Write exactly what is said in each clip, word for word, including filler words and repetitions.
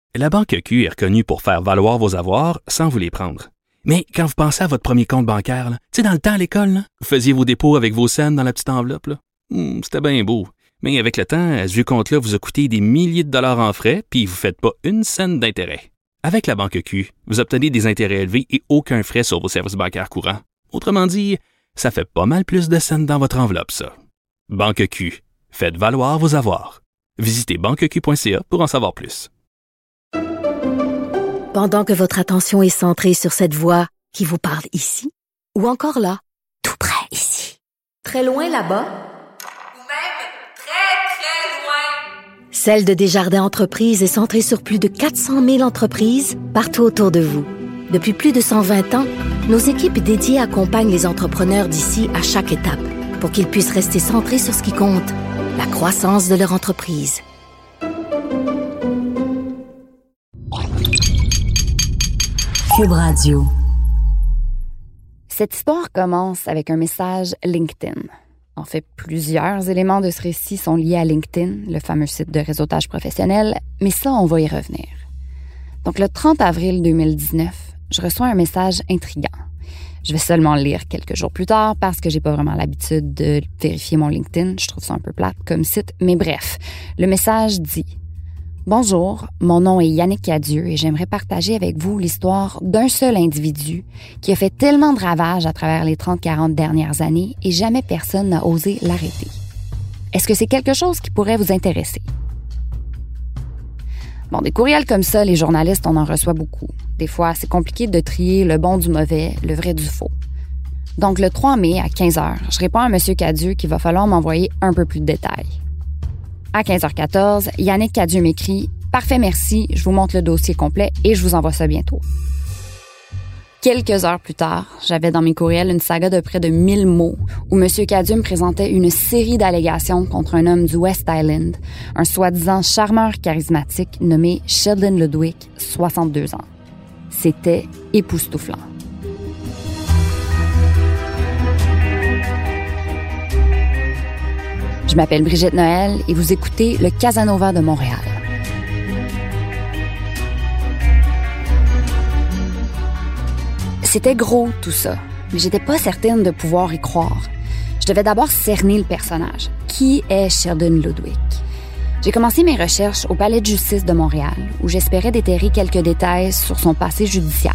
La Banque Q est reconnue pour faire valoir vos avoirs sans vous les prendre. Mais quand vous pensez à votre premier compte bancaire, tu sais, dans le temps à l'école, là, vous faisiez vos dépôts avec vos scènes dans la petite enveloppe. Là. Hum, c'était bien beau. Mais avec le temps, ce vieux compte-là vous a coûté des milliers de dollars en frais, puis vous ne faites pas une scène d'intérêt. Avec la Banque Q, vous obtenez des intérêts élevés et aucun frais sur vos services bancaires courants. Autrement dit, ça fait pas mal plus de scènes dans votre enveloppe, ça. Banque Q. Faites valoir vos avoirs. Visitez banque q point c a pour en savoir plus. Pendant que votre attention est centrée sur cette voix qui vous parle ici, ou encore là, tout près ici, très loin là-bas, ou même très, très loin, Celle de Desjardins Entreprises est centrée sur plus de quatre cent mille entreprises partout autour de vous. Depuis plus de cent vingt ans, nos équipes dédiées accompagnent les entrepreneurs d'ici à chaque étape pour qu'ils puissent rester centrés sur ce qui compte, la croissance de leur entreprise. Cube Radio. Cette histoire commence avec un message LinkedIn. En fait, plusieurs éléments de ce récit sont liés à LinkedIn, le fameux site de réseautage professionnel, mais ça, on va y revenir. Donc, le trente avril deux mille dix-neuf, je reçois un message intriguant. Je vais seulement le lire quelques jours plus tard parce que j'ai pas vraiment l'habitude de vérifier mon LinkedIn. Je trouve ça un peu plate comme site. Mais bref, le message dit « Bonjour, mon nom est Yannick Cadieux et j'aimerais partager avec vous l'histoire d'un seul individu qui a fait tellement de ravages à travers les trente à quarante dernières années et jamais personne n'a osé l'arrêter. Est-ce que c'est quelque chose qui pourrait vous intéresser? » Bon, des courriels comme ça, les journalistes, on en reçoit beaucoup. Des fois, c'est compliqué de trier le bon du mauvais, le vrai du faux. Donc, le trois mai, à quinze heures, je réponds à M. Cadieux qu'il va falloir m'envoyer un peu plus de détails. À quinze heures quatorze, Yannick Cadieux m'écrit « Parfait, merci, je vous montre le dossier complet et je vous envoie ça bientôt. » Quelques heures plus tard, j'avais dans mes courriels une saga de près de mille mots où M. Cadieux me présentait une série d'allégations contre un homme du West Island, un soi-disant charmeur charismatique nommé Sheldon Ludwig, soixante-deux ans. C'était époustouflant. Je m'appelle Brigitte Noël et vous écoutez le Casanova de Montréal. C'était gros, tout ça, mais j'étais pas certaine de pouvoir y croire. Je devais d'abord cerner le personnage. Qui est Sheldon Ludwig? J'ai commencé mes recherches au Palais de justice de Montréal, où j'espérais déterrer quelques détails sur son passé judiciaire.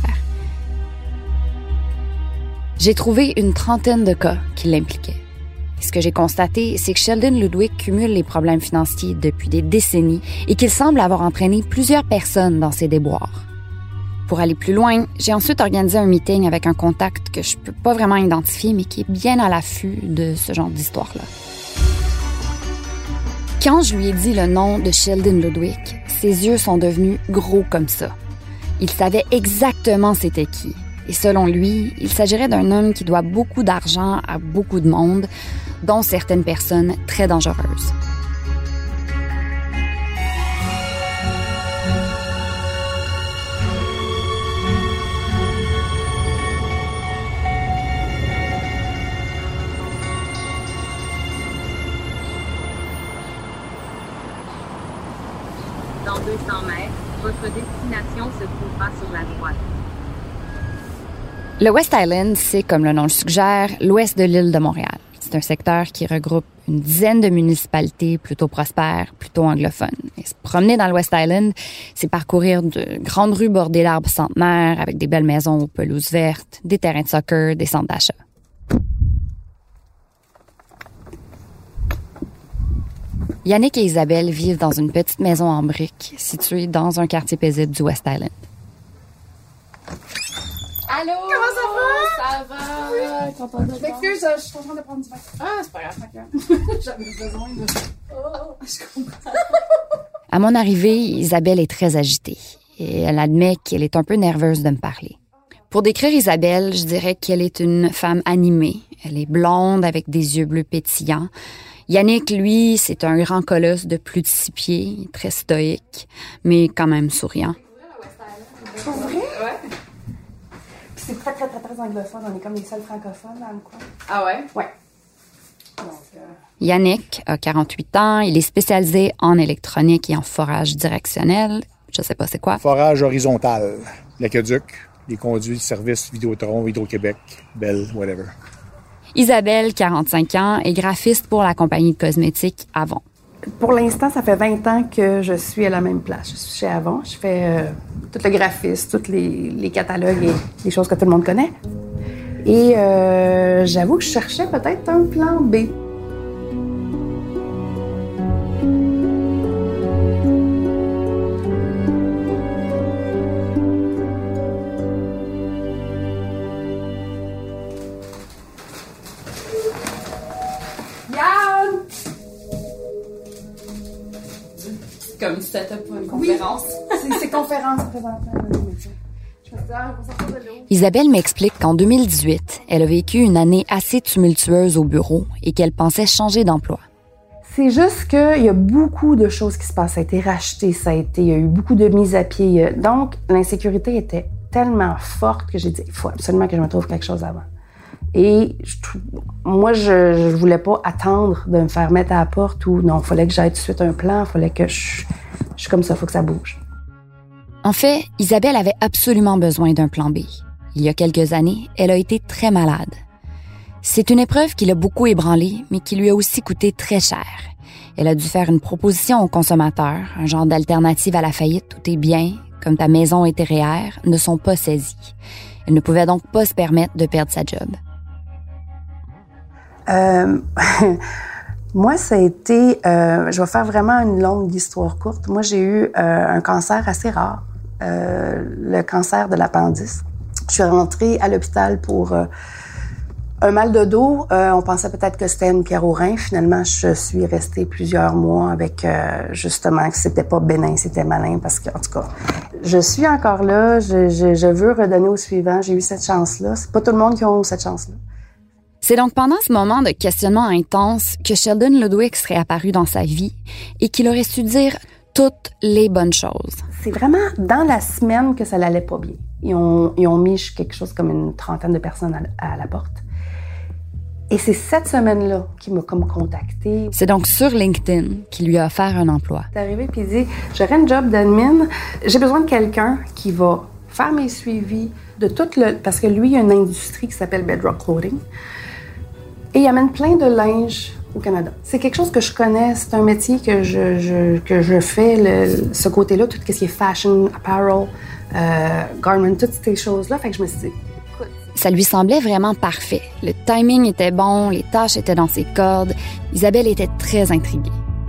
J'ai trouvé une trentaine de cas qui l'impliquaient. Ce que j'ai constaté, c'est que Sheldon Ludwig cumule les problèmes financiers depuis des décennies et qu'il semble avoir entraîné plusieurs personnes dans ses déboires. Pour aller plus loin, j'ai ensuite organisé un meeting avec un contact que je peux pas vraiment identifier, mais qui est bien à l'affût de ce genre d'histoire-là. Quand je lui ai dit le nom de Sheldon Ludwig, ses yeux sont devenus gros comme ça. Il savait exactement c'était qui. Et selon lui, il s'agirait d'un homme qui doit beaucoup d'argent à beaucoup de monde, dont certaines personnes très dangereuses. Dans deux cents mètres, votre destination se trouvera sur la droite. Le West Island, c'est, comme le nom le suggère, l'ouest de l'île de Montréal. C'est un secteur qui regroupe une dizaine de municipalités plutôt prospères, plutôt anglophones. Et se promener dans le West Island, c'est parcourir de grandes rues bordées d'arbres centenaires avec des belles maisons aux pelouses vertes, des terrains de soccer, des centres d'achat. Yannick et Isabelle vivent dans une petite maison en briques située dans un quartier paisible du West Island. Allô? Comment ça va? Ça va? Oui. Je m'excuse, je suis en train de prendre du vin. Ah, c'est pas grave, j'avais besoin de... Oh, je comprends. À mon arrivée, Isabelle est très agitée et elle admet qu'elle est un peu nerveuse de me parler. Pour décrire Isabelle, je dirais qu'elle est une femme animée. Elle est blonde avec des yeux bleus pétillants. Yannick, lui, c'est un grand colosse de plus de six pieds, très stoïque, mais quand même souriant. Pour vrai? Ouais. C'est très, très, très, très anglophone. On est comme les seuls francophones dans le coin. Ah ouais? Ouais. Donc, euh... Yannick a quarante-huit ans. Il est spécialisé en électronique et en forage directionnel. Je sais pas c'est quoi. Forage horizontal, l'aqueduc, les conduits de services Vidéotron, Hydro-Québec, Bell, whatever. Isabelle, quarante-cinq ans, est graphiste pour la compagnie de cosmétiques Avon. Pour l'instant, ça fait vingt ans que je suis à la même place. Je suis chez Avon. Je fais euh, tout le graphisme, tous les, les catalogues et les choses que tout le monde connaît. Et euh, j'avoue que je cherchais peut-être un plan B. Comme setup pour une conférence. Oui, c'est, c'est conférence présentement. Je me dis, ah, on va sortir de l'eau. Isabelle m'explique qu'en deux mille dix-huit, elle a vécu une année assez tumultueuse au bureau et qu'elle pensait changer d'emploi. C'est juste qu'il y a beaucoup de choses qui se passent. Ça a été racheté, ça a été, il y a eu beaucoup de mises à pied. Donc, l'insécurité était tellement forte que j'ai dit, il faut absolument que je me trouve quelque chose avant. Et je, moi, je ne voulais pas attendre de me faire mettre à la porte ou non, il fallait que j'aille tout de suite un plan, il fallait que je, je suis comme ça, il faut que ça bouge. En fait, Isabelle avait absolument besoin d'un plan B. Il y a quelques années, elle a été très malade. C'est une épreuve qui l'a beaucoup ébranlée, mais qui lui a aussi coûté très cher. Elle a dû faire une proposition aux consommateurs, un genre d'alternative à la faillite où tes biens, comme ta maison et tes R E E R, ne sont pas saisis. Elle ne pouvait donc pas se permettre de perdre sa job. Euh, moi, ça a été... Euh, je vais faire vraiment une longue histoire courte. Moi, j'ai eu euh, un cancer assez rare, euh, le cancer de l'appendice. Je suis rentrée à l'hôpital pour euh, un mal de dos. Euh, on pensait peut-être que c'était une pierre au rein. Finalement, je suis restée plusieurs mois avec, euh, justement, que c'était pas bénin, c'était malin, parce que, en tout cas, je suis encore là. Je, je, je veux redonner au suivant. J'ai eu cette chance-là. C'est pas tout le monde qui a eu cette chance-là. C'est donc pendant ce moment de questionnement intense que Sheldon Ludwig serait apparu dans sa vie et qu'il aurait su dire toutes les bonnes choses. C'est vraiment dans la semaine que ça n'allait pas bien. Ils ont, ils ont mis quelque chose comme une trentaine de personnes à, à la porte. Et c'est cette semaine-là qu'il m'a comme contacté. C'est donc sur LinkedIn qu'il lui a offert un emploi. Il est arrivé et il dit « J'aurais une job d'admin. J'ai besoin de quelqu'un qui va faire mes suivis de tout le... » Parce que lui, il y a une industrie qui s'appelle Bedrock Clothing. Et il amène plein de linge au Canada. C'est quelque chose que je connais, c'est un métier que je, je, que je fais, le, ce côté-là, tout ce qui est fashion, apparel, euh, garment, toutes ces choses-là. Fait que je me suis dit, écoute. Ça lui semblait vraiment parfait. Le timing était bon, les tâches étaient dans ses cordes. Isabelle était très intriguée.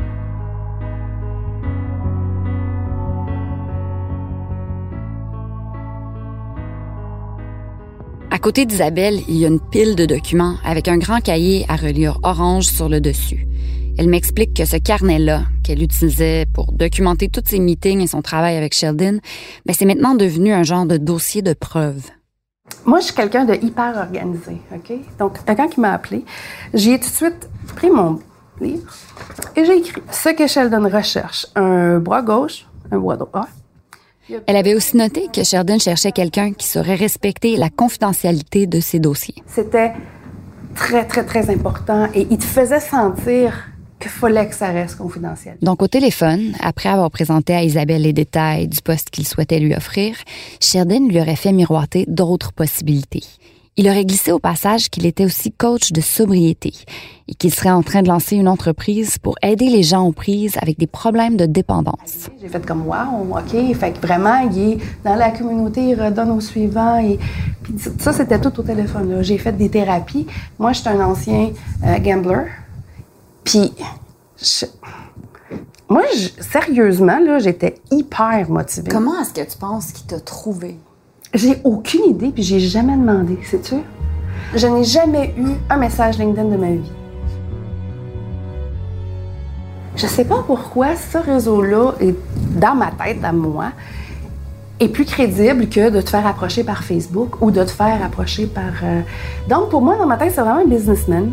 À côté d'Isabelle, il y a une pile de documents avec un grand cahier à reliure orange sur le dessus. Elle m'explique que ce carnet-là, qu'elle utilisait pour documenter tous ses meetings et son travail avec Sheldon, ben c'est maintenant devenu un genre de dossier de preuve. Moi, je suis quelqu'un de hyper organisé, OK? Donc, quand il m'a appelé, j'ai tout de suite pris mon livre et j'ai écrit ce que Sheldon recherche. Un bras gauche, un bras droit. Elle avait aussi noté que Sheldon cherchait quelqu'un qui saurait respecter la confidentialité de ses dossiers. C'était très, très, très important et il te faisait sentir qu'il fallait que ça reste confidentiel. Donc, au téléphone, après avoir présenté à Isabelle les détails du poste qu'il souhaitait lui offrir, Sheldon lui aurait fait miroiter d'autres possibilités. Il aurait glissé au passage qu'il était aussi coach de sobriété et qu'il serait en train de lancer une entreprise pour aider les gens aux prises avec des problèmes de dépendance. J'ai fait comme « wow, OK ». Fait que vraiment, il est dans la communauté, il redonne au suivant. Et... Puis ça, c'était tout au téléphone, là. J'ai fait des thérapies. Moi, je suis un ancien euh, gambler. Puis, je... moi, je... sérieusement, là, j'étais hyper motivée. Comment est-ce que tu penses qu'il t'a trouvé? J'ai aucune idée, puis j'ai jamais demandé, sais-tu? Je n'ai jamais eu un message LinkedIn de ma vie. Je sais pas pourquoi ce réseau-là, est, dans ma tête, à moi, est plus crédible que de te faire approcher par Facebook ou de te faire approcher par... Euh... Donc, pour moi, dans ma tête, c'est vraiment un businessman.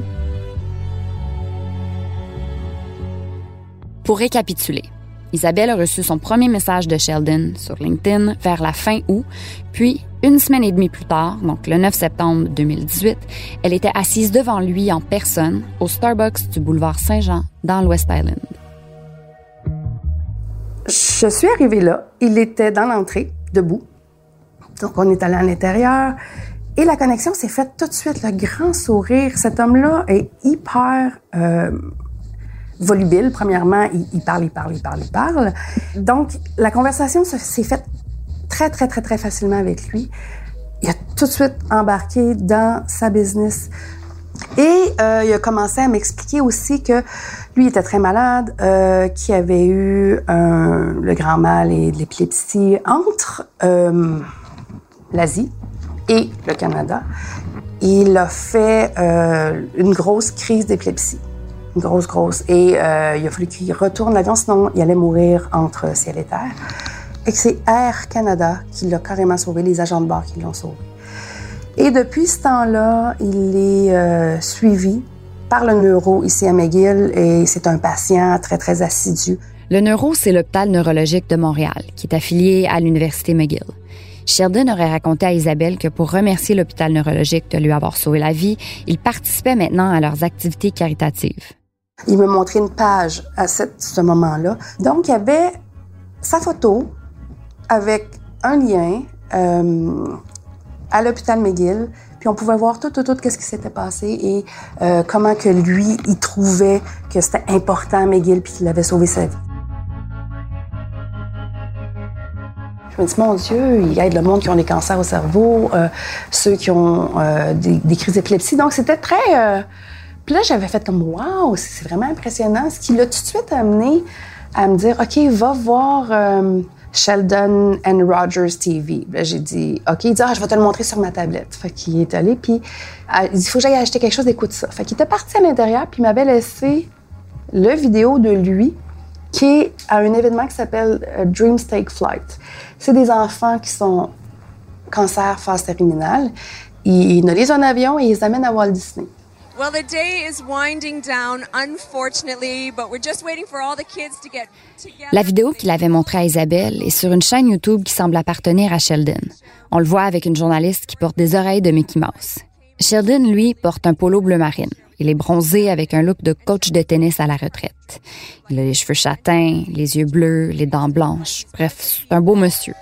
Pour récapituler, Isabelle a reçu son premier message de Sheldon sur LinkedIn vers la fin août, puis une semaine et demie plus tard, donc le neuf septembre deux mille dix-huit, elle était assise devant lui en personne au Starbucks du boulevard Saint-Jean dans l'West Island. Je suis arrivée là. Il était dans l'entrée, debout. Donc, on est allé à l'intérieur. Et la connexion s'est faite tout de suite. Le grand sourire. Cet homme-là est hyper euh, volubile. Premièrement, il, il parle, il parle, il parle, il parle. Donc, la conversation s'est faite très, très, très, très facilement avec lui. Il a tout de suite embarqué dans sa business. Et euh, il a commencé à m'expliquer aussi que lui était très malade, euh, qu'il avait eu euh, le grand mal et de l'épilepsie entre euh, l'Asie et le Canada. Il a fait euh, une grosse crise d'épilepsie. Une grosse, grosse. Et euh, il a fallu qu'il retourne l'avion, sinon il allait mourir entre ciel et terre. Et que c'est Air Canada qui l'a carrément sauvé, les agents de bord qui l'ont sauvé. Et depuis ce temps-là, il est euh, suivi par le neuro ici à McGill et c'est un patient très, très assidu. Le neuro, c'est l'hôpital neurologique de Montréal, qui est affilié à l'Université McGill. Sheldon aurait raconté à Isabelle que pour remercier l'hôpital neurologique de lui avoir sauvé la vie, il participait maintenant à leurs activités caritatives. Il m'a montré une page à cette, ce moment-là. Donc, il y avait sa photo avec un lien euh, à l'hôpital McGill, puis on pouvait voir tout, tout, tout, qu'est-ce qui s'était passé et euh, comment que lui, il trouvait que c'était important McGill puis qu'il avait sauvé sa vie. Je me dis, mon Dieu, il aide le monde qui ont des cancers au cerveau, euh, ceux qui ont euh, des, des crises d'épilepsie. Donc, c'était très... Euh... Puis là, j'avais fait comme, wow, c'est vraiment impressionnant. Ce qui l'a tout de suite amené à me dire, OK, va voir... Euh, Sheldon and Rogers T V. Là, j'ai dit, OK, il dit, ah, je vais te le montrer sur ma tablette. Fait qu'il est allé, puis il dit, il faut que j'aille acheter quelque chose, écoute ça. Fait qu'il était parti à l'intérieur, puis il m'avait laissé le vidéo de lui qui est à un événement qui s'appelle uh, Dreams Take Flight. C'est des enfants qui sont cancer phase terminale. Ils, ils les en avion et ils les amènent à Walt Disney. Well, the day is winding down, unfortunately, but we're just waiting for all the kids to get together. La vidéo qu'il avait montrée à Isabelle est sur une chaîne YouTube qui semble appartenir à Sheldon. On le voit avec une journaliste qui porte des oreilles de Mickey Mouse. Sheldon, lui, porte un polo bleu marine. Il est bronzé avec un look de coach de tennis à la retraite. Il a les cheveux châtains, les yeux bleus, les dents blanches. Bref, c'est un beau monsieur.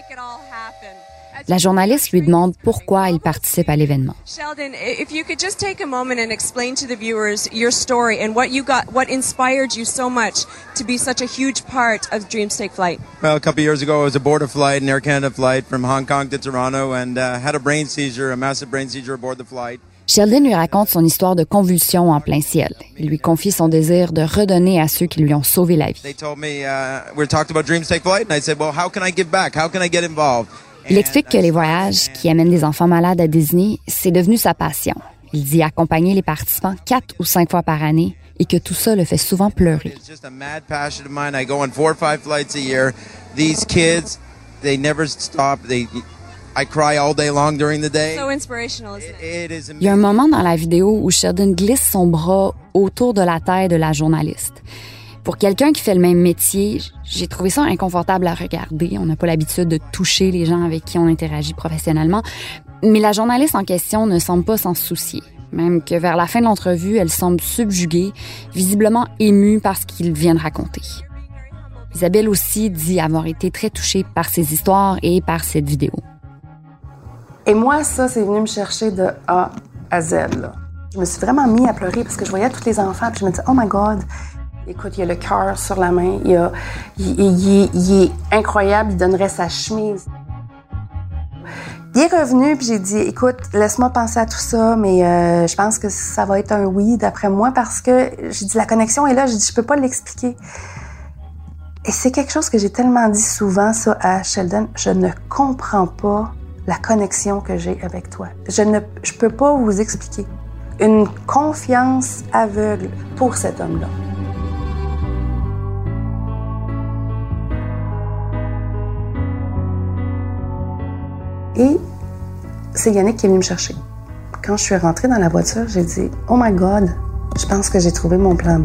La journaliste lui demande pourquoi il participe à l'événement. Sheldon, if you could just take a moment and explain to the viewers your story and what you got, what inspired you so much to be such a huge part of Dreams Take Flight. Well, a couple of years ago, I was aboard a flight, an Air Canada flight from Hong Kong to Toronto, and uh, had a brain seizure, a massive brain seizure aboard the flight. Sheldon lui raconte son histoire de convulsion en plein ciel. Il lui confie son désir de redonner à ceux qui lui ont sauvé la vie. They told me uh, we talked about Dreams Take Flight, and I said, well, how can I give back? How can I get involved? Il explique que les voyages qui amènent des enfants malades à Disney, c'est devenu sa passion. Il dit accompagner les participants quatre ou cinq fois par année et que tout ça le fait souvent pleurer. It's just a mad passion of mine. I go on four or five flights a year. These kids, they never stop. They, I cry all day long during the day. So inspirational, isn't it? It is amazing. Il y a un moment dans la vidéo où Sheldon glisse son bras autour de la taille de la journaliste. Pour quelqu'un qui fait le même métier, j'ai trouvé ça inconfortable à regarder. On n'a pas l'habitude de toucher les gens avec qui on interagit professionnellement. Mais la journaliste en question ne semble pas s'en soucier. Même que vers la fin de l'entrevue, elle semble subjuguée, visiblement émue par ce qu'il vient de raconter. Isabelle aussi dit avoir été très touchée par ces histoires et par cette vidéo. Et moi, ça, c'est venu me chercher de A à Z, là. Je me suis vraiment mis à pleurer parce que je voyais tous les enfants, puis je me disais, oh my God! Écoute, il y a le cœur sur la main, il, y a, il, il, il est incroyable, il donnerait sa chemise. Il est revenu, puis j'ai dit, écoute, laisse-moi penser à tout ça, mais euh, je pense que ça va être un oui, d'après moi, parce que j'ai dit, la connexion est là, j'ai dit, je peux pas l'expliquer. Et c'est quelque chose que j'ai tellement dit souvent, ça, à Sheldon, je ne comprends pas la connexion que j'ai avec toi. Je ne je peux pas vous expliquer. Une confiance aveugle pour cet homme-là. Et c'est Yannick qui est venu me chercher. Quand je suis rentrée dans la voiture, j'ai dit « Oh my God, je pense que j'ai trouvé mon plan B. »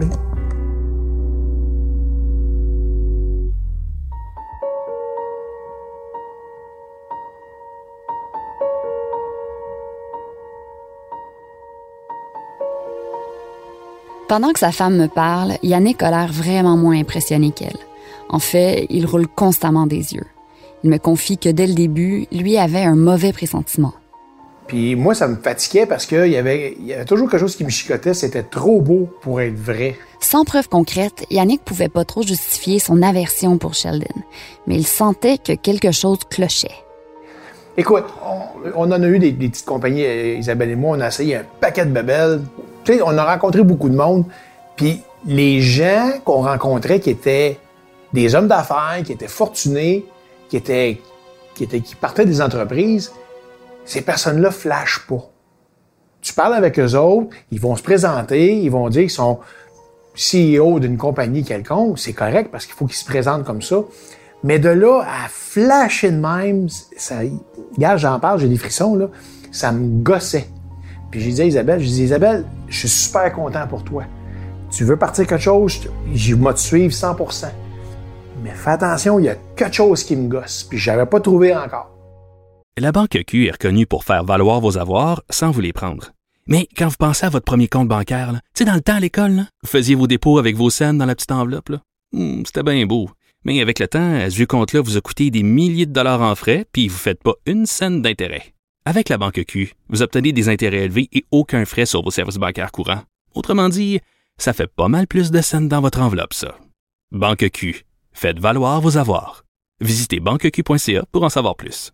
Pendant que sa femme me parle, Yannick a l'air vraiment moins impressionné qu'elle. En fait, il roule constamment des yeux. Il me confie que dès le début, lui avait un mauvais pressentiment. Puis moi, ça me fatiguait parce qu'il y avait, il y avait toujours quelque chose qui me chicotait. C'était trop beau pour être vrai. Sans preuve concrète, Yannick pouvait pas trop justifier son aversion pour Sheldon, mais il sentait que quelque chose clochait. Écoute, on, on en a eu des, des petites compagnies, Isabelle et moi, on a essayé un paquet de babelles. Tu sais, on a rencontré beaucoup de monde. Puis les gens qu'on rencontrait qui étaient des hommes d'affaires, qui étaient fortunés, qui étaient, qui étaient, qui partaient des entreprises, ces personnes-là flashent pas. Tu parles avec eux autres, ils vont se présenter, ils vont dire qu'ils sont C E O d'une compagnie quelconque, c'est correct parce qu'il faut qu'ils se présentent comme ça. Mais de là à flasher de même, ça, regarde, j'en parle, j'ai des frissons, là, ça me gossait. Puis j'ai dit à Isabelle, je dis Isabelle, je suis super content pour toi. Tu veux partir quelque chose, je vais te suivre cent pour cent. Mais fais attention, il y a quelque chose qui me gosse, puis je n'avais pas trouvé encore. La Banque Q est reconnue pour faire valoir vos avoirs sans vous les prendre. Mais quand vous pensez à votre premier compte bancaire, tu sais, dans le temps à l'école, là, vous faisiez vos dépôts avec vos scènes dans la petite enveloppe. Là. Hum, c'était bien beau. Mais avec le temps, ce vieux compte-là vous a coûté des milliers de dollars en frais, puis vous ne faites pas une scène d'intérêt. Avec la Banque Q, vous obtenez des intérêts élevés et aucun frais sur vos services bancaires courants. Autrement dit, ça fait pas mal plus de scènes dans votre enveloppe, ça. Banque Q. Faites valoir vos avoirs. Visitez banque q point c a pour en savoir plus.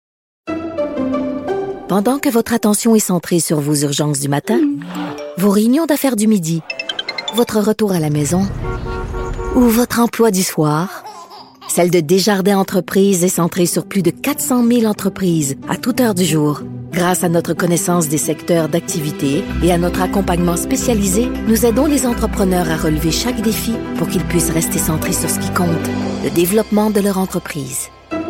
Pendant que votre attention est centrée sur vos urgences du matin, vos réunions d'affaires du midi, votre retour à la maison ou votre emploi du soir, celle de Desjardins Entreprises est centrée sur plus de quatre cent mille entreprises à toute heure du jour. Grâce à notre connaissance des secteurs d'activité et à notre accompagnement spécialisé, nous aidons les entrepreneurs à relever chaque défi pour qu'ils puissent rester centrés sur ce qui compte, le développement de leur entreprise.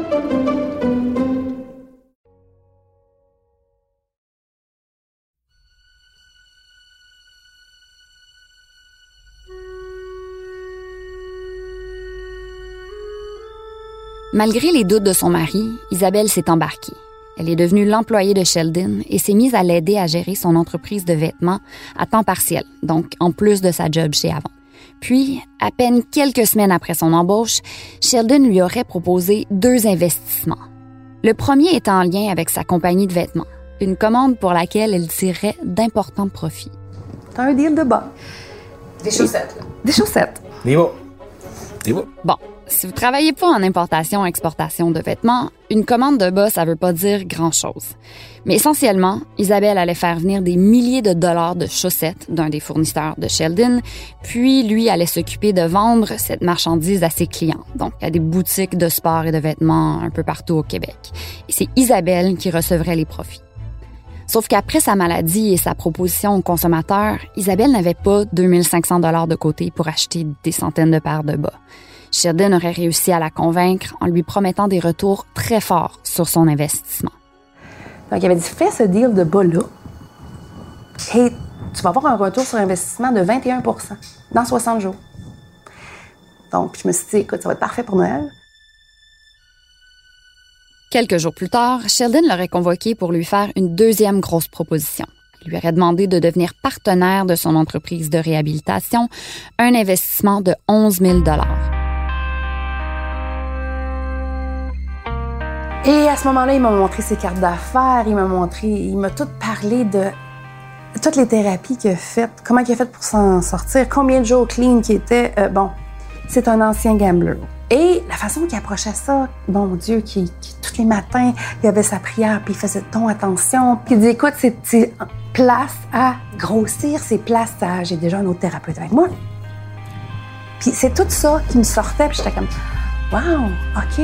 Malgré les doutes de son mari, Isabelle s'est embarquée. Elle est devenue l'employée de Sheldon et s'est mise à l'aider à gérer son entreprise de vêtements à temps partiel, donc en plus de sa job chez Avon. Puis, à peine quelques semaines après son embauche, Sheldon lui aurait proposé deux investissements. Le premier est en lien avec sa compagnie de vêtements, une commande pour laquelle elle tirerait d'importants profits. T'as un deal de bas. Des chaussettes, là. Des chaussettes. Des bas. Des bas. Bon. Si vous travaillez pas en importation-exportation de vêtements, une commande de bas, ça veut pas dire grand-chose. Mais essentiellement, Isabelle allait faire venir des milliers de dollars de chaussettes d'un des fournisseurs de Sheldon, puis lui allait s'occuper de vendre cette marchandise à ses clients, donc à des boutiques de sport et de vêtements un peu partout au Québec. Et c'est Isabelle qui recevrait les profits. Sauf qu'après sa maladie et sa proposition aux consommateurs, Isabelle n'avait pas deux mille cinq cents dollars de côté pour acheter des centaines de paires de bas. Sheldon aurait réussi à la convaincre en lui promettant des retours très forts sur son investissement. Donc, il avait dit, fais ce deal de bas-là et tu vas avoir un retour sur investissement de vingt et un pour cent dans soixante jours. Donc, je me suis dit, écoute, ça va être parfait pour Noël. Quelques jours plus tard, Sheldon l'aurait convoqué pour lui faire une deuxième grosse proposition. Il lui aurait demandé de devenir partenaire de son entreprise de réhabilitation, un investissement de onze mille dollars. Et à ce moment-là, il m'a montré ses cartes d'affaires, il m'a montré, il m'a tout parlé de toutes les thérapies qu'il a faites, comment il a fait pour s'en sortir, combien de jours clean qu'il était. Euh, bon, c'est un ancien gambler. Et la façon qu'il approchait ça, bon Dieu, qui, qui tous les matins, il avait sa prière, puis il faisait ton attention, puis il dit, écoute, c'est, c'est place à grossir, c'est place à, j'ai déjà un autre thérapeute avec moi. Puis c'est tout ça qui me sortait, puis j'étais comme, wow, OK.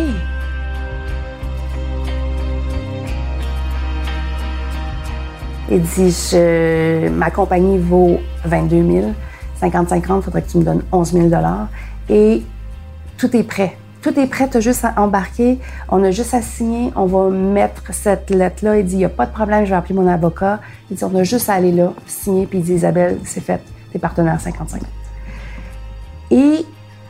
Il dit, je, ma compagnie vaut vingt-deux mille, cinquante cinquante, il faudrait que tu me donnes onze mille dollars. Et tout est prêt. Tout est prêt, tu as juste à embarquer. On a juste à signer. On va mettre cette lettre-là. Il dit, il n'y a pas de problème, je vais appeler mon avocat. Il dit, on a juste à aller là, signer. Puis il dit, Isabelle, c'est fait, t'es partenaire cinquante cinquante. Et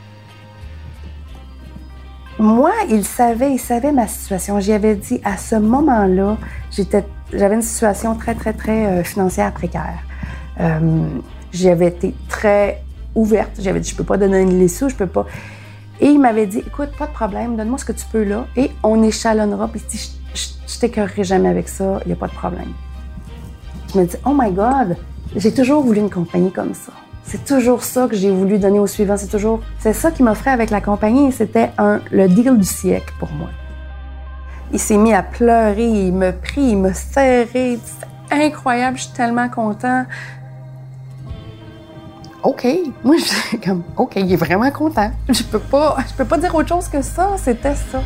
moi, il savait, il savait ma situation. J'y avais dit, à ce moment-là, j'étais, j'avais une situation très, très, très euh, financière précaire. Euh, j'avais été très ouverte. J'avais dit, je peux pas donner les sous, je peux pas. Et il m'avait dit, écoute, pas de problème, donne-moi ce que tu peux là et on échelonnera. Puis il dit, je, je, je t'écœurerai jamais avec ça, il n'y a pas de problème. Je me dis, oh my God, j'ai toujours voulu une compagnie comme ça. C'est toujours ça que j'ai voulu donner au suivant. C'est toujours, c'est ça qu'il m'offrait avec la compagnie. C'était un, le deal du siècle pour moi. Il s'est mis à pleurer, il me prit, il me serrait. C'est incroyable, je suis tellement content. OK. Moi, je suis comme, OK, il est vraiment content. Je peux pas, je peux pas dire autre chose que ça. C'était ça.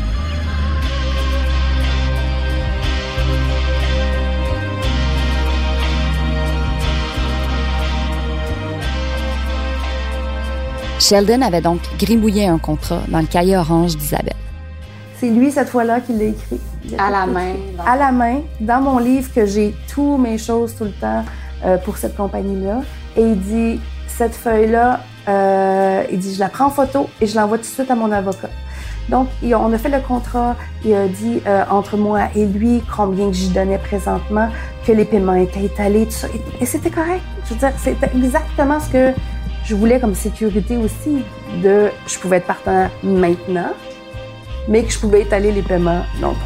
Sheldon avait donc gribouillé un contrat dans le cahier orange d'Isabelle. C'est lui, cette fois-là, qui l'a écrit. À la main. Dans... À la main, dans mon livre, que j'ai toutes mes choses tout le temps euh, pour cette compagnie-là. Et il dit, cette feuille-là, euh, il dit, je la prends en photo et je l'envoie tout de suite à mon avocat. Donc, il, on a fait le contrat, il a dit euh, entre moi et lui combien que j'y donnais présentement, que les paiements étaient étalés, tout ça. Et, et c'était correct. Je veux dire, c'était exactement ce que je voulais comme sécurité aussi, de je pouvais être partant maintenant, mais que je pouvais étaler les paiements longtemps.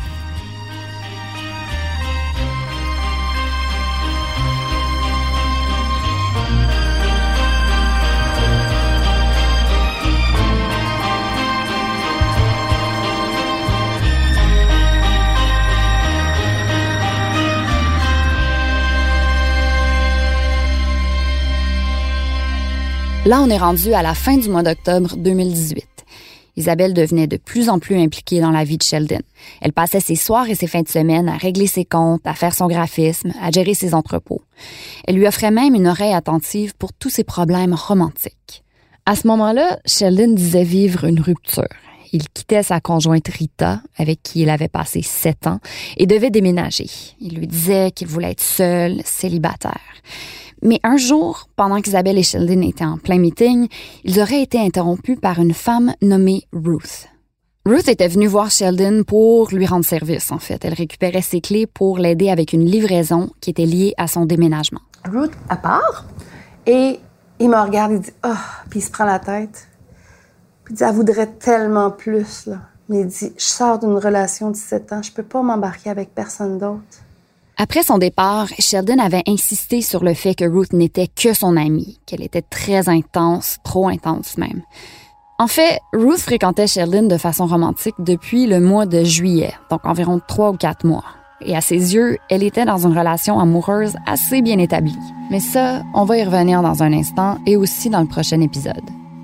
Là, on est rendu à la fin du mois d'octobre deux mille dix-huit. Isabelle devenait de plus en plus impliquée dans la vie de Sheldon. Elle passait ses soirs et ses fins de semaine à régler ses comptes, à faire son graphisme, à gérer ses entrepôts. Elle lui offrait même une oreille attentive pour tous ses problèmes romantiques. À ce moment-là, Sheldon disait vivre une rupture. Il quittait sa conjointe Rita, avec qui il avait passé sept ans, et devait déménager. Il lui disait qu'il voulait être seul, célibataire. Mais un jour, pendant qu'Isabelle et Sheldon étaient en plein meeting, ils auraient été interrompus par une femme nommée Ruth. Ruth était venue voir Sheldon pour lui rendre service, en fait. Elle récupérait ses clés pour l'aider avec une livraison qui était liée à son déménagement. Ruth, à part, et il me regarde, il dit « Ah! Oh, » puis il se prend la tête. Puis il dit « Elle voudrait tellement plus, là. » Mais il dit « Je sors d'une relation de dix-sept ans, je peux pas m'embarquer avec personne d'autre. » Après son départ, Sheldon avait insisté sur le fait que Ruth n'était que son amie, qu'elle était très intense, trop intense même. En fait, Ruth fréquentait Sheldon de façon romantique depuis le mois de juillet, donc environ trois ou quatre mois. Et à ses yeux, elle était dans une relation amoureuse assez bien établie. Mais ça, on va y revenir dans un instant et aussi dans le prochain épisode.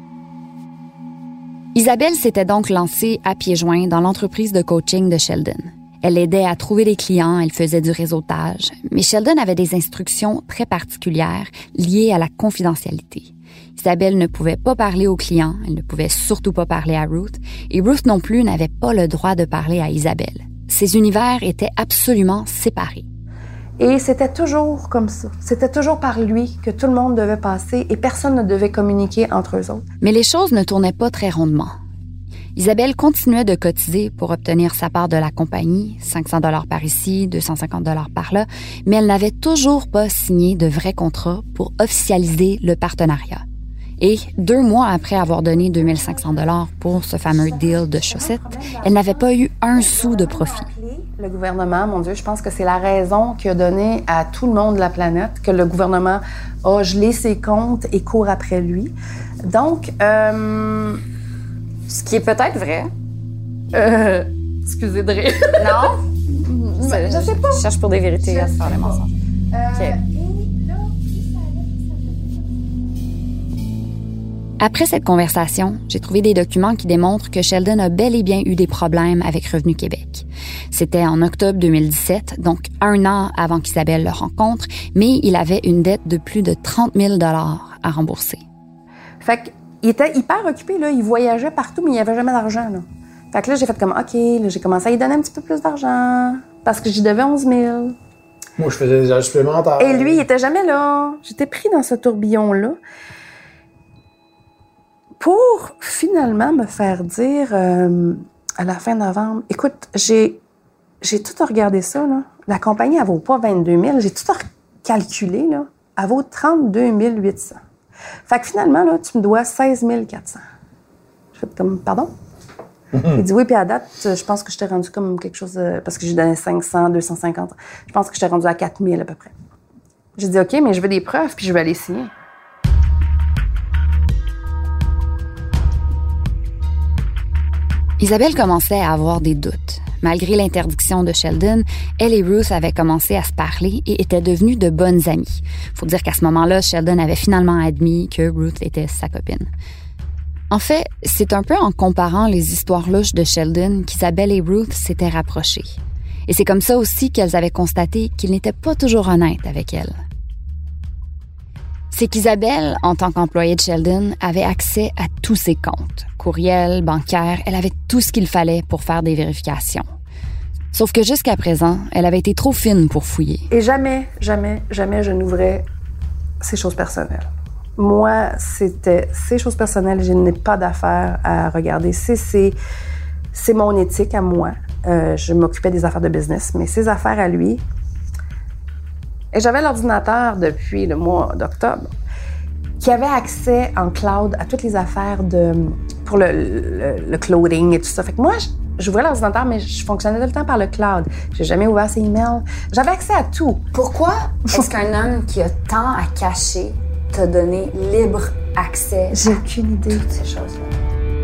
Isabelle s'était donc lancée à pieds joints dans l'entreprise de coaching de Sheldon. Elle l'aidait à trouver des clients, elle faisait du réseautage. Mais Sheldon avait des instructions très particulières liées à la confidentialité. Isabelle ne pouvait pas parler aux clients, elle ne pouvait surtout pas parler à Ruth, et Ruth non plus n'avait pas le droit de parler à Isabelle. Ces univers étaient absolument séparés. Et c'était toujours comme ça. C'était toujours par lui que tout le monde devait passer et personne ne devait communiquer entre eux autres. Mais les choses ne tournaient pas très rondement. Isabelle continuait de cotiser pour obtenir sa part de la compagnie, cinq cents dollars par ici, deux cent cinquante dollars par là, mais elle n'avait toujours pas signé de vrai contrat pour officialiser le partenariat. Et deux mois après avoir donné deux mille cinq cents dollars pour ce fameux deal de chaussettes, elle n'avait pas eu un sou de profit. Le gouvernement, mon Dieu, je pense que c'est la raison qui a donné à tout le monde de la planète que le gouvernement a gelé ses comptes et court après lui. Donc, euh... ce qui est peut-être vrai. Euh... Excusez de rire. Non? je, je sais pas. Je cherche pour des vérités à se faire des mensonges. Euh... OK. Après cette conversation, j'ai trouvé des documents qui démontrent que Sheldon a bel et bien eu des problèmes avec Revenu Québec. C'était en octobre deux mille dix-sept, donc un an avant qu'Isabelle le rencontre, mais il avait une dette de plus de trente mille dollars à rembourser. Fait qu'il était hyper occupé, là. Il voyageait partout, mais il n'y avait jamais d'argent, là. Fait que là, j'ai fait comme, OK, là, j'ai commencé à lui donner un petit peu plus d'argent, parce que j'y devais onze mille. Moi, je faisais des heures supplémentaires. Et lui, il était jamais là. J'étais pris dans ce tourbillon-là. Pour finalement me faire dire euh, à la fin novembre, écoute, j'ai, j'ai tout regardé ça, là. La compagnie, elle vaut pas vingt-deux mille. J'ai tout calculé, là. Elle vaut trente-deux mille huit cents. Fait que finalement, là, tu me dois seize mille quatre cents. Je fait comme, pardon? Mm-hmm. Il dit, oui, puis à date, je pense que je t'ai rendu comme quelque chose, de, parce que j'ai donné cinq cents, deux cent cinquante. Je pense que je t'ai rendu à quatre mille à peu près. J'ai dit, OK, mais je veux des preuves, puis je vais aller signer. Isabelle commençait à avoir des doutes. Malgré l'interdiction de Sheldon, elle et Ruth avaient commencé à se parler et étaient devenues de bonnes amies. Faut dire qu'à ce moment-là, Sheldon avait finalement admis que Ruth était sa copine. En fait, c'est un peu en comparant les histoires louches de Sheldon qu'Isabelle et Ruth s'étaient rapprochées. Et c'est comme ça aussi qu'elles avaient constaté qu'il n'était pas toujours honnête avec elles. C'est qu'Isabelle, en tant qu'employée de Sheldon, avait accès à tous ses comptes. Courriels, bancaires, elle avait tout ce qu'il fallait pour faire des vérifications. Sauf que jusqu'à présent, elle avait été trop fine pour fouiller. Et jamais, jamais, jamais je n'ouvrais ces choses personnelles. Moi, c'était ces choses personnelles, je n'ai pas d'affaires à regarder. C'est, c'est, c'est mon éthique à moi. Euh, je m'occupais des affaires de business, mais ses affaires à lui... Et j'avais l'ordinateur depuis le mois d'octobre qui avait accès en cloud à toutes les affaires de, pour le, le, le clothing et tout ça. Fait que moi, j'ouvrais l'ordinateur, mais je fonctionnais tout le temps par le cloud. J'ai jamais ouvert ses emails. J'avais accès à tout. Pourquoi est-ce qu'un homme qui a tant à cacher t'a donné libre accès J'ai aucune idée à toutes ces choses-là?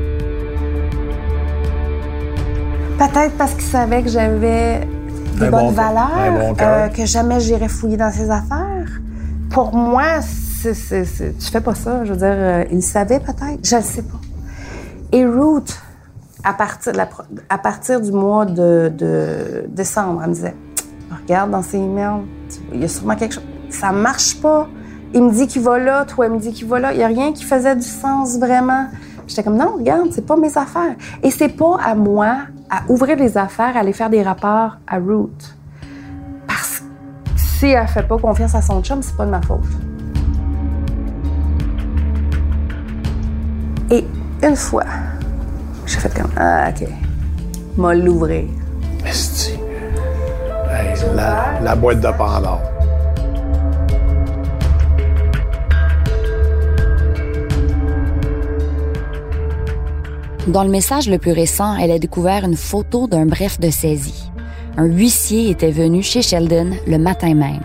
Peut-être parce qu'il savait que j'avais des un bonnes bon, valeurs, bon euh, que jamais j'irais fouiller dans ses affaires. Pour moi, c'est, c'est, c'est, tu fais pas ça. Je veux dire, euh, il savait peut-être, je ne sais pas. Et Ruth, à partir, de la, à partir du mois de, de décembre, elle me disait, regarde dans ses emails, il y a sûrement quelque chose. Ça marche pas. Il me dit qu'il va là, toi, il me dit qu'il va là. Il n'y a rien qui faisait du sens vraiment. J'étais comme, non, regarde, c'est pas mes affaires. Et c'est pas à moi à ouvrir les affaires, à aller faire des rapports à Ruth. Parce que si elle fait pas confiance à son chum, c'est pas de ma faute. Et une fois, j'ai fait comme, ah, OK, m'a l'ouvrir. Esti. Hey, la, la boîte de Pandore. Dans le message le plus récent, elle a découvert une photo d'un bref de saisie. Un huissier était venu chez Sheldon le matin même.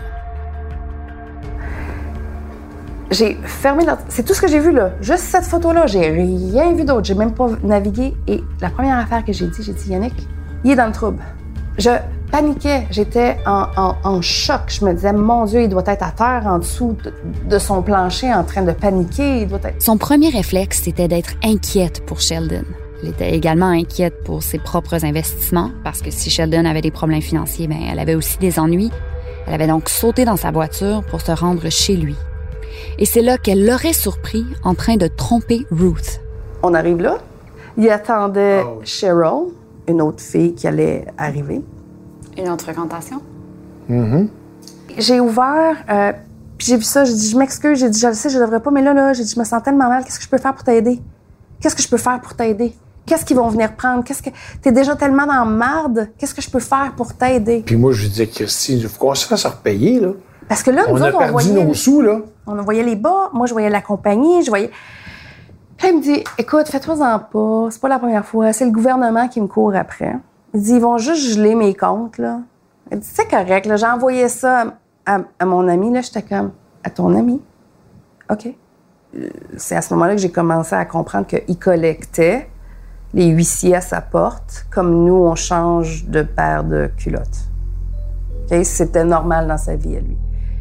J'ai fermé l'ordinateur. C'est tout ce que j'ai vu, là. Juste cette photo-là. J'ai rien vu d'autre. J'ai même pas navigué. Et la première affaire que j'ai dit, j'ai dit, Yannick, il est dans le trouble. Je paniquais. J'étais en, en, en choc. Je me disais, mon Dieu, il doit être à terre en dessous de, de son plancher en train de paniquer. Il doit être... Son premier réflexe, c'était d'être inquiète pour Sheldon. Elle était également inquiète pour ses propres investissements, parce que si Sheldon avait des problèmes financiers, bien, elle avait aussi des ennuis. Elle avait donc sauté dans sa voiture pour se rendre chez lui. Et c'est là qu'elle l'aurait surpris en train de tromper Ruth. On arrive là. Il attendait Oh. Cheryl, une autre fille qui allait arriver. Une autre fréquentation? Mm-hmm. J'ai ouvert, euh, puis j'ai vu ça, j'ai dit, je m'excuse, j'ai dit, je le sais, je devrais pas, mais là, là, j'ai dit, je me sens tellement mal, qu'est-ce que je peux faire pour t'aider? Qu'est-ce que je peux faire pour t'aider? Qu'est-ce qu'ils vont venir prendre? Qu'est-ce que... T'es déjà tellement dans la marde, qu'est-ce que je peux faire pour t'aider? Puis moi, je lui disais, Christine, il faut qu'on se fasse repayer, là. Parce que là, nous On a autres, on perdu voyait... nos sous, là. On voyait les bas, moi, je voyais la compagnie, je voyais... Puis elle me dit, écoute, fais-toi-en pas, c'est pas la première fois, c'est le gouvernement qui me court après. Il dit, ils vont juste geler mes comptes, là. Elle dit, c'est correct, là, j'ai envoyé ça à, à, à mon ami, là, j'étais comme, à ton ami? OK. C'est à ce moment-là que j'ai commencé à comprendre qu'il collectait les huissiers à sa porte, comme nous, on change de paire de culottes. OK? C'était normal dans sa vie à lui.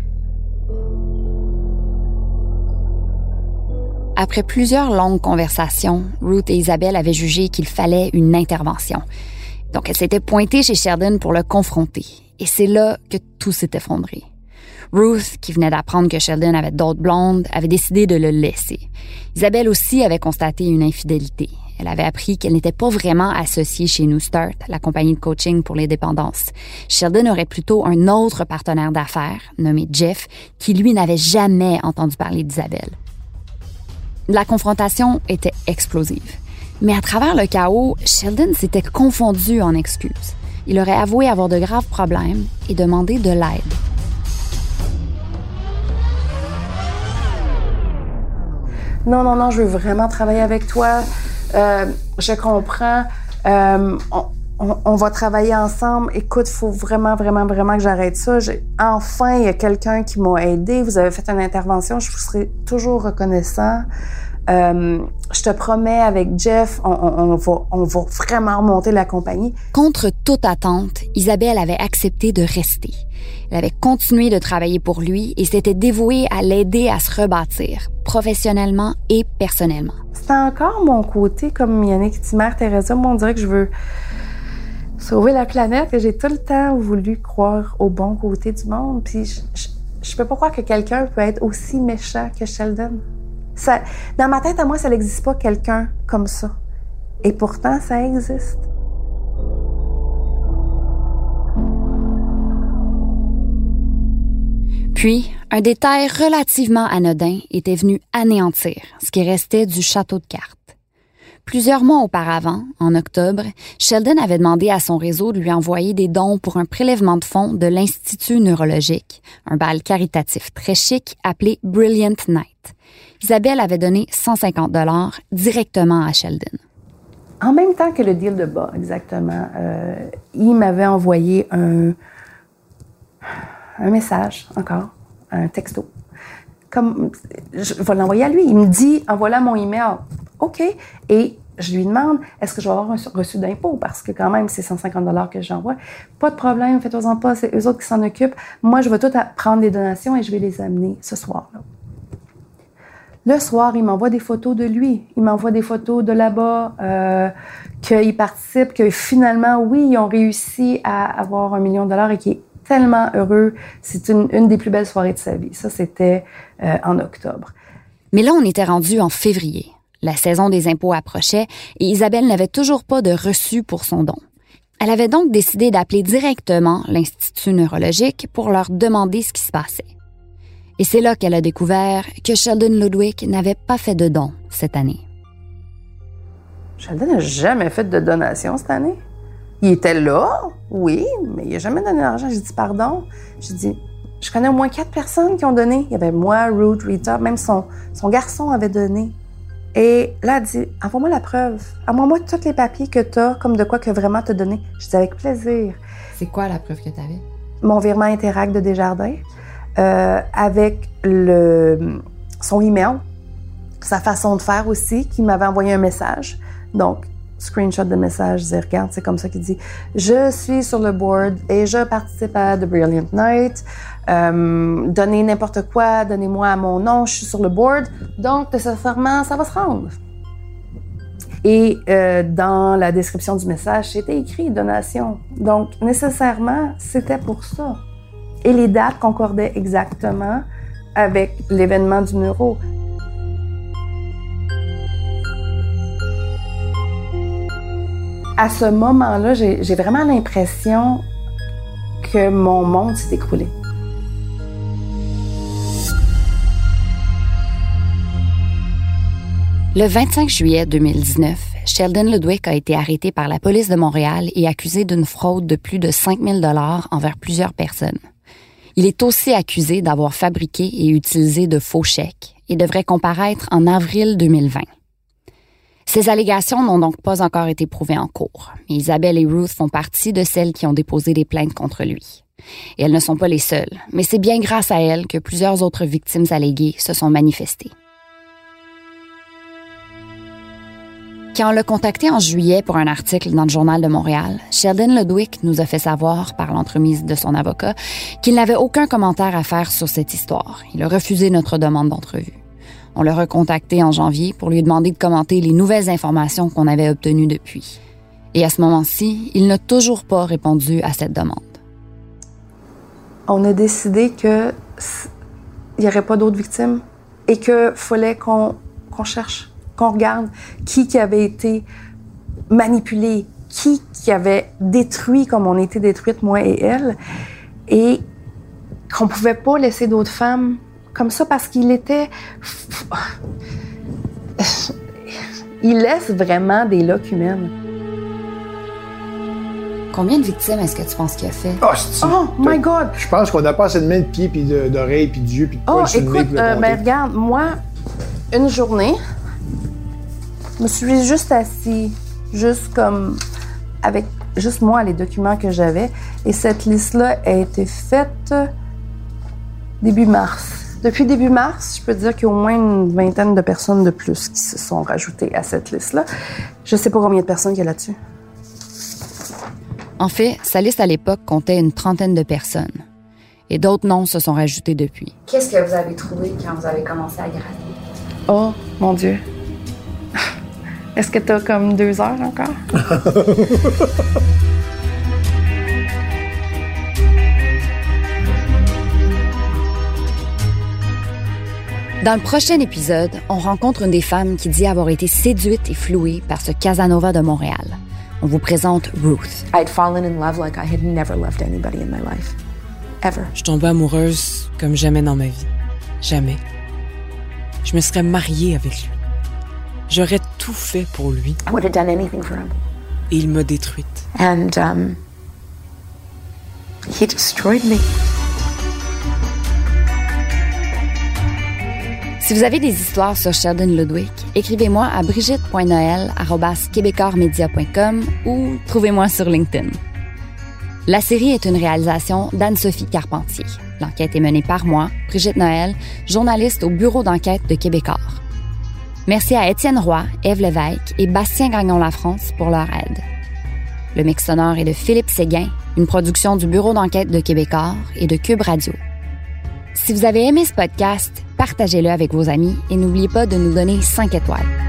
Après plusieurs longues conversations, Ruth et Isabelle avaient jugé qu'il fallait une intervention. Donc, elle s'était pointée chez Sheldon pour le confronter. Et c'est là que tout s'est effondré. Ruth, qui venait d'apprendre que Sheldon avait d'autres blondes, avait décidé de le laisser. Isabelle aussi avait constaté une infidélité. Elle avait appris qu'elle n'était pas vraiment associée chez New Start, la compagnie de coaching pour les dépendances. Sheldon aurait plutôt un autre partenaire d'affaires, nommé Jeff, qui lui n'avait jamais entendu parler d'Isabelle. La confrontation était explosive. Mais à travers le chaos, Sheldon s'était confondu en excuses. Il aurait avoué avoir de graves problèmes et demandé de l'aide. Non, non, non, je veux vraiment travailler avec toi. Euh, je comprends. Euh, on, on, on va travailler ensemble. Écoute, il faut vraiment, vraiment, vraiment que j'arrête ça. J'ai, enfin, il y a quelqu'un qui m'a aidé. Vous avez fait une intervention. Je vous serai toujours reconnaissant. Euh, je te promets, avec Jeff, on, on, on, va, on va vraiment remonter la compagnie. Contre toute attente, Isabelle avait accepté de rester. Elle avait continué de travailler pour lui et s'était dévouée à l'aider à se rebâtir, professionnellement et personnellement. C'est encore mon côté, comme Yannick dit, Mère Teresa, moi on dirait que je veux sauver la planète, que j'ai tout le temps voulu croire au bon côté du monde, puis je, je, je peux pas croire que quelqu'un peut être aussi méchant que Sheldon. Ça, dans ma tête, à moi, ça n'existe pas quelqu'un comme ça. Et pourtant, ça existe. Puis, un détail relativement anodin était venu anéantir ce qui restait du château de cartes. Plusieurs mois auparavant, en octobre, Sheldon avait demandé à son réseau de lui envoyer des dons pour un prélèvement de fonds de l'Institut neurologique, un bal caritatif très chic appelé Brilliant Night. Isabelle avait donné cent cinquante dollars directement à Sheldon. En même temps que le deal de bas, exactement, euh, il m'avait envoyé un, un message, encore, un texto. Comme, je vais l'envoyer à lui. Il me dit, envoie-la mon email. OK. Et je lui demande, est-ce que je vais avoir un reçu d'impôt? Parce que quand même, c'est cent cinquante dollars que j'envoie. Pas de problème, faites-en pas, c'est eux autres qui s'en occupent. Moi, je vais tout prendre les donations et je vais les amener ce soir-là. Le soir, il m'envoie des photos de lui. Il m'envoie des photos de là-bas, euh, qu'il participe, que finalement, oui, ils ont réussi à avoir un million de dollars et qu'il est tellement heureux. C'est une, une des plus belles soirées de sa vie. Ça, c'était euh, en octobre. Mais là, on était rendu en février. La saison des impôts approchait et Isabelle n'avait toujours pas de reçu pour son don. Elle avait donc décidé d'appeler directement l'Institut neurologique pour leur demander ce qui se passait. Et c'est là qu'elle a découvert que Sheldon Ludwig n'avait pas fait de don cette année. Sheldon n'a jamais fait de donation cette année. Il était là, oui, mais il n'a jamais donné d'argent. J'ai dit pardon. J'ai dit, je connais au moins quatre personnes qui ont donné. Il y avait moi, Ruth, Rita, même son, son garçon avait donné. Et là, elle dit, envoie-moi la preuve. Envoie-moi tous les papiers que tu as, comme de quoi que vraiment t'as donné. Je dis, avec plaisir. C'est quoi la preuve que tu avais? Mon virement Interact de Desjardins. Euh, avec le, son email, sa façon de faire aussi, qui m'avait envoyé un message. Donc, screenshot de message, je dis, regarde, c'est comme ça qu'il dit, je suis sur le board et je participe à The Brilliant Night. Euh, donnez n'importe quoi, donnez-moi mon nom, je suis sur le board. Donc, nécessairement, ça va se rendre. Et euh, dans la description du message, c'était écrit donation. Donc, nécessairement, c'était pour ça. Et les dates concordaient exactement avec l'événement du neuro. À ce moment-là, j'ai, j'ai vraiment l'impression que mon monde s'est écroulé. Le vingt-cinq juillet deux mille dix-neuf, Sheldon Ludwig a été arrêté par la police de Montréal et accusé d'une fraude de plus de cinq mille dollars envers plusieurs personnes. Il est aussi accusé d'avoir fabriqué et utilisé de faux chèques et devrait comparaître en avril deux mille vingt. Ces allégations n'ont donc pas encore été prouvées en cours, mais Isabelle et Ruth font partie de celles qui ont déposé des plaintes contre lui. Et elles ne sont pas les seules, mais c'est bien grâce à elles que plusieurs autres victimes alléguées se sont manifestées. Quand on l'a contacté en juillet pour un article dans le Journal de Montréal, Sheldon Ludwig nous a fait savoir, par l'entremise de son avocat, qu'il n'avait aucun commentaire à faire sur cette histoire. Il a refusé notre demande d'entrevue. On l'a recontacté en janvier pour lui demander de commenter les nouvelles informations qu'on avait obtenues depuis. Et à ce moment-ci, il n'a toujours pas répondu à cette demande. On a décidé qu'il n'y aurait pas d'autres victimes et qu'il fallait qu'on, qu'on cherche, qu'on regarde qui qui avait été manipulé, qui qui avait détruit comme on était détruites, moi et elle, et qu'on pouvait pas laisser d'autres femmes comme ça parce qu'il était... Il laisse vraiment des loques humaines. Combien de victimes est-ce que tu penses qu'il a fait? Oh, oh my God! Je pense qu'on n'a pas assez de mains, de pieds, puis de, d'oreilles, puis d'yeux, puis de poils oh, sur le nez. Écoute, euh, ben regarde, moi, une journée, Je me suis juste assis, juste comme avec juste moi, les documents que j'avais. Et cette liste-là a été faite début mars. Depuis début mars, je peux dire qu'il y a au moins une vingtaine de personnes de plus qui se sont rajoutées à cette liste-là. Je sais pas combien de personnes il y a là-dessus. En fait, sa liste à l'époque comptait une trentaine de personnes. Et d'autres noms se sont rajoutés depuis. Qu'est-ce que vous avez trouvé quand vous avez commencé à gratter? Oh, mon Dieu. Est-ce que t'as comme deux heures encore? Dans le prochain épisode, on rencontre une des femmes qui dit avoir été séduite et flouée par ce Casanova de Montréal. On vous présente Ruth. I'd fallen in love like I had never loved anybody in my life. Ever. Je tombais amoureuse comme jamais dans ma vie. Jamais. Je me serais mariée avec lui. J'aurais tout fait pour lui. I would have done anything for him. Et il m'a détruite. And um, he destroyed me. Si vous avez des histoires sur Sheldon Ludwig, écrivez-moi à brigitte point noël arobase québécois media point com ou trouvez-moi sur LinkedIn. La série est une réalisation d'Anne-Sophie Carpentier. L'enquête est menée par moi, Brigitte Noël, journaliste au bureau d'enquête de Québécois. Merci à Étienne Roy, Ève Lévesque et Bastien Gagnon-Lafrance pour leur aide. Le mix sonore est de Philippe Séguin, une production du bureau d'enquête de Québécois et de Cube Radio. Si vous avez aimé ce podcast, partagez-le avec vos amis et n'oubliez pas de nous donner cinq étoiles.